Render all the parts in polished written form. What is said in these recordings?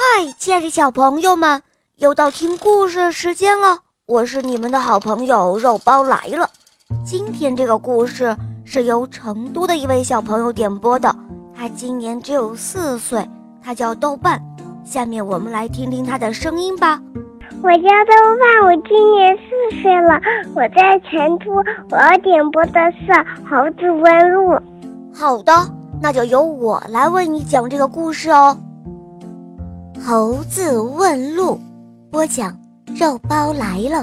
亲爱的小朋友们，又到听故事时间了，我是你们的好朋友肉包来了。今天这个故事是由成都的一位小朋友点播的，他今年只有4岁，他叫豆瓣。下面我们来听听他的声音吧。 我叫豆瓣，我今年4岁了，我在成都，我要点播的是猴子问路。 好的，那就由我来为你讲这个故事哦。猴子问路，播讲肉包来了。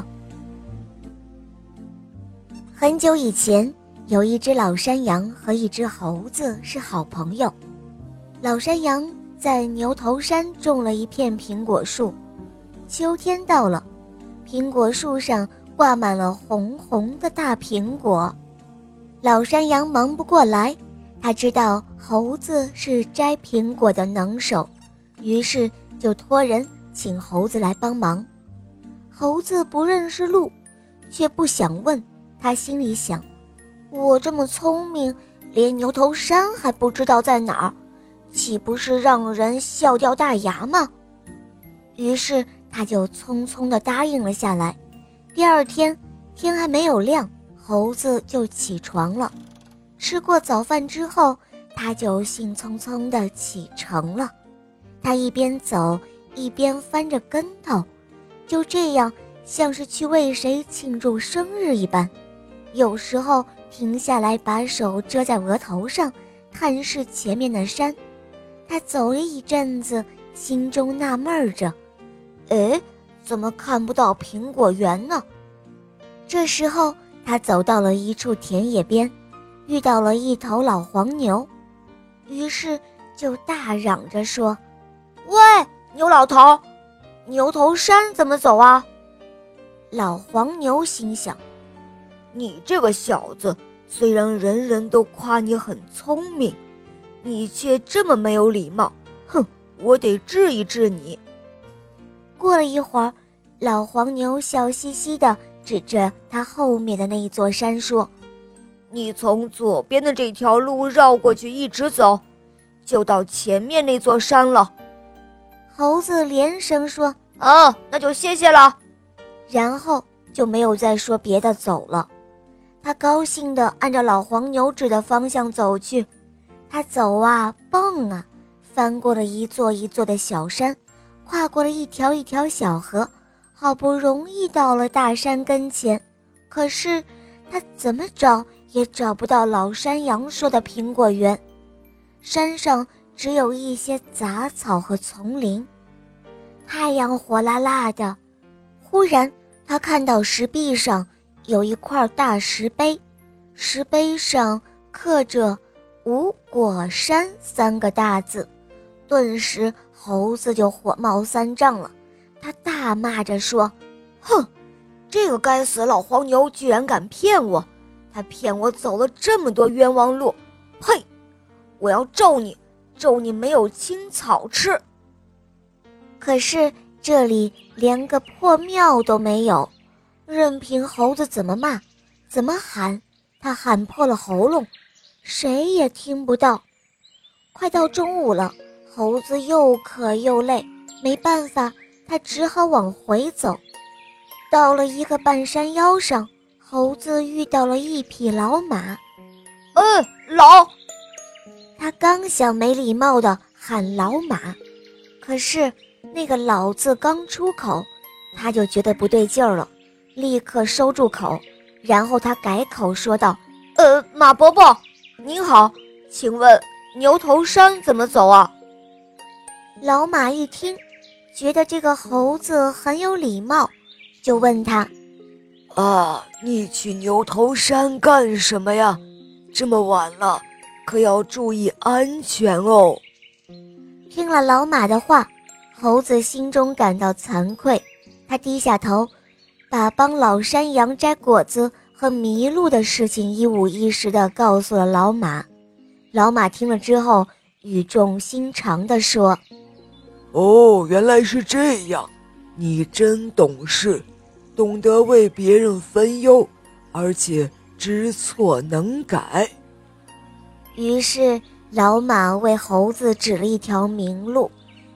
很久以前，有一只老山羊和一只猴子是好朋友。老山羊在牛头山种了一片苹果树，秋天到了，苹果树上挂满了红红的大苹果。老山羊忙不过来，他知道猴子是摘苹果的能手，于是就托人请猴子来帮忙。猴子不认识路，却不想问，他心里想，我这么聪明，连牛头山还不知道在哪儿，岂不是让人笑掉大牙吗？于是他就匆匆地答应了下来。第二天，天还没有亮，猴子就起床了。吃过早饭之后，他就兴冲冲地启程了。他一边走一边翻着跟头，就这样像是去为谁庆祝生日一般。有时候停下来把手遮在额头上，探视前面的山。他走了一阵子，心中纳闷着，怎么看不到苹果园呢？这时候他走到了一处田野边，遇到了一头老黄牛，于是就大嚷着说，喂，牛老头，牛头山怎么走啊？老黄牛心想， 你这个小子，虽然人人都夸你很聪明，你却这么没有礼貌，哼，我得治一治你。 过了一会儿，老黄牛笑嘻嘻地指着他后面的那一座山说， 你从左边的这条路绕过去一直走，就到前面那座山了。 猴子连声说， 那就谢谢了。 然后就没有再说别的，走了。他高兴地按照老黄牛指的方向走去。他走啊蹦啊，翻过了一座一座的小山，跨过了一条一条小河，好不容易到了大山跟前。可是他怎么找也找不到老山羊说的苹果园，山上只有一些杂草和丛林。太阳火辣辣的，忽然他看到石壁上有一块大石碑，石碑上刻着五果山3个大字。顿时猴子就火冒三丈了，他大骂着说， 哼，这个该死的老黄牛居然敢骗我，他骗我走了这么多冤枉路，呸，我要咒你，咒你没有青草吃。 可是这里连个破庙都没有，任凭猴子怎么骂怎么喊，他喊破了喉咙，谁也听不到。快到中午了，猴子又渴又累，没办法，他只好往回走。到了一个半山腰上，猴子遇到了一匹老马。 老！ 他刚想没礼貌地喊老马，可是那个老字刚出口，他就觉得不对劲儿了，立刻收住口，然后他改口说道， 马伯伯，您好，请问牛头山怎么走啊？ 老马一听，觉得这个猴子很有礼貌，就问他， 你去牛头山干什么呀？这么晚了，可要注意安全哦。 听了老马的话，猴子心中感到惭愧，他低下头，把帮老山羊摘果子和迷路的事情一五一十地告诉了老马。老马听了之后，语重心长地说， 原来是这样，你真懂事，懂得为别人分忧，而且知错能改。 于是老马为猴子指了一条明路，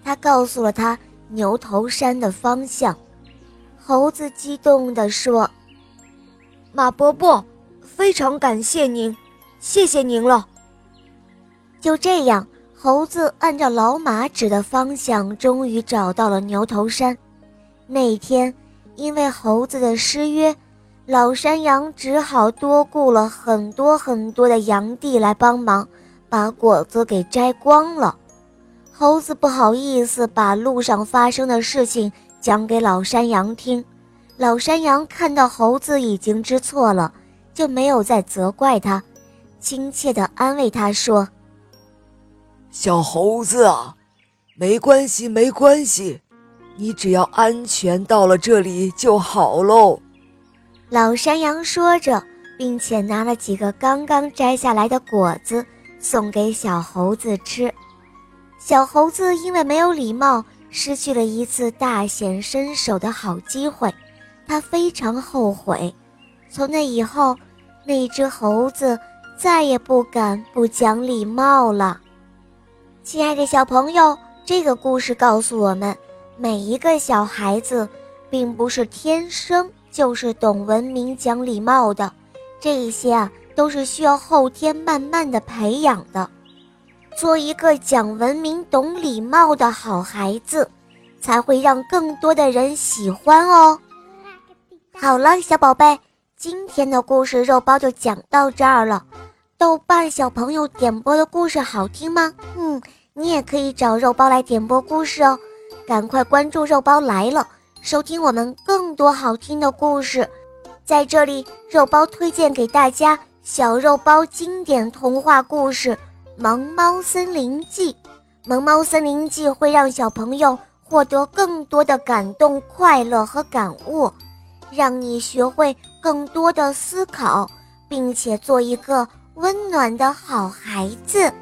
他告诉了他牛头山的方向。猴子激动地说： 马伯伯，非常感谢您，谢谢您了。 就这样，猴子按照老马指的方向，终于找到了牛头山。那天，因为猴子的失约，老山羊只好多雇了很多的羊弟来帮忙，把果子给摘光了。猴子不好意思把路上发生的事情讲给老山羊听，老山羊看到猴子已经知错了，就没有再责怪他，亲切地安慰他说： 小猴子啊，没关系，你只要安全到了这里就好喽。 老山羊说着，并且拿了几个刚刚摘下来的果子送给小猴子吃。小猴子因为没有礼貌，失去了一次大显身手的好机会，他非常后悔。从那以后，那只猴子再也不敢不讲礼貌了。亲爱的小朋友，这个故事告诉我们，每一个小孩子并不是天生就是懂文明讲礼貌的，这些都是需要后天慢慢的培养的。做一个讲文明懂礼貌的好孩子，才会让更多的人喜欢哦。好了，小宝贝，今天的故事肉包就讲到这儿了。豆瓣小朋友点播的故事好听吗？你也可以找肉包来点播故事哦。赶快关注肉包来了，收听我们更多好听的故事。在这里，肉包推荐给大家小肉包经典童话故事《萌猫森林记》。萌猫森林记会让小朋友获得更多的感动、快乐和感悟，让你学会更多的思考，并且做一个温暖的好孩子。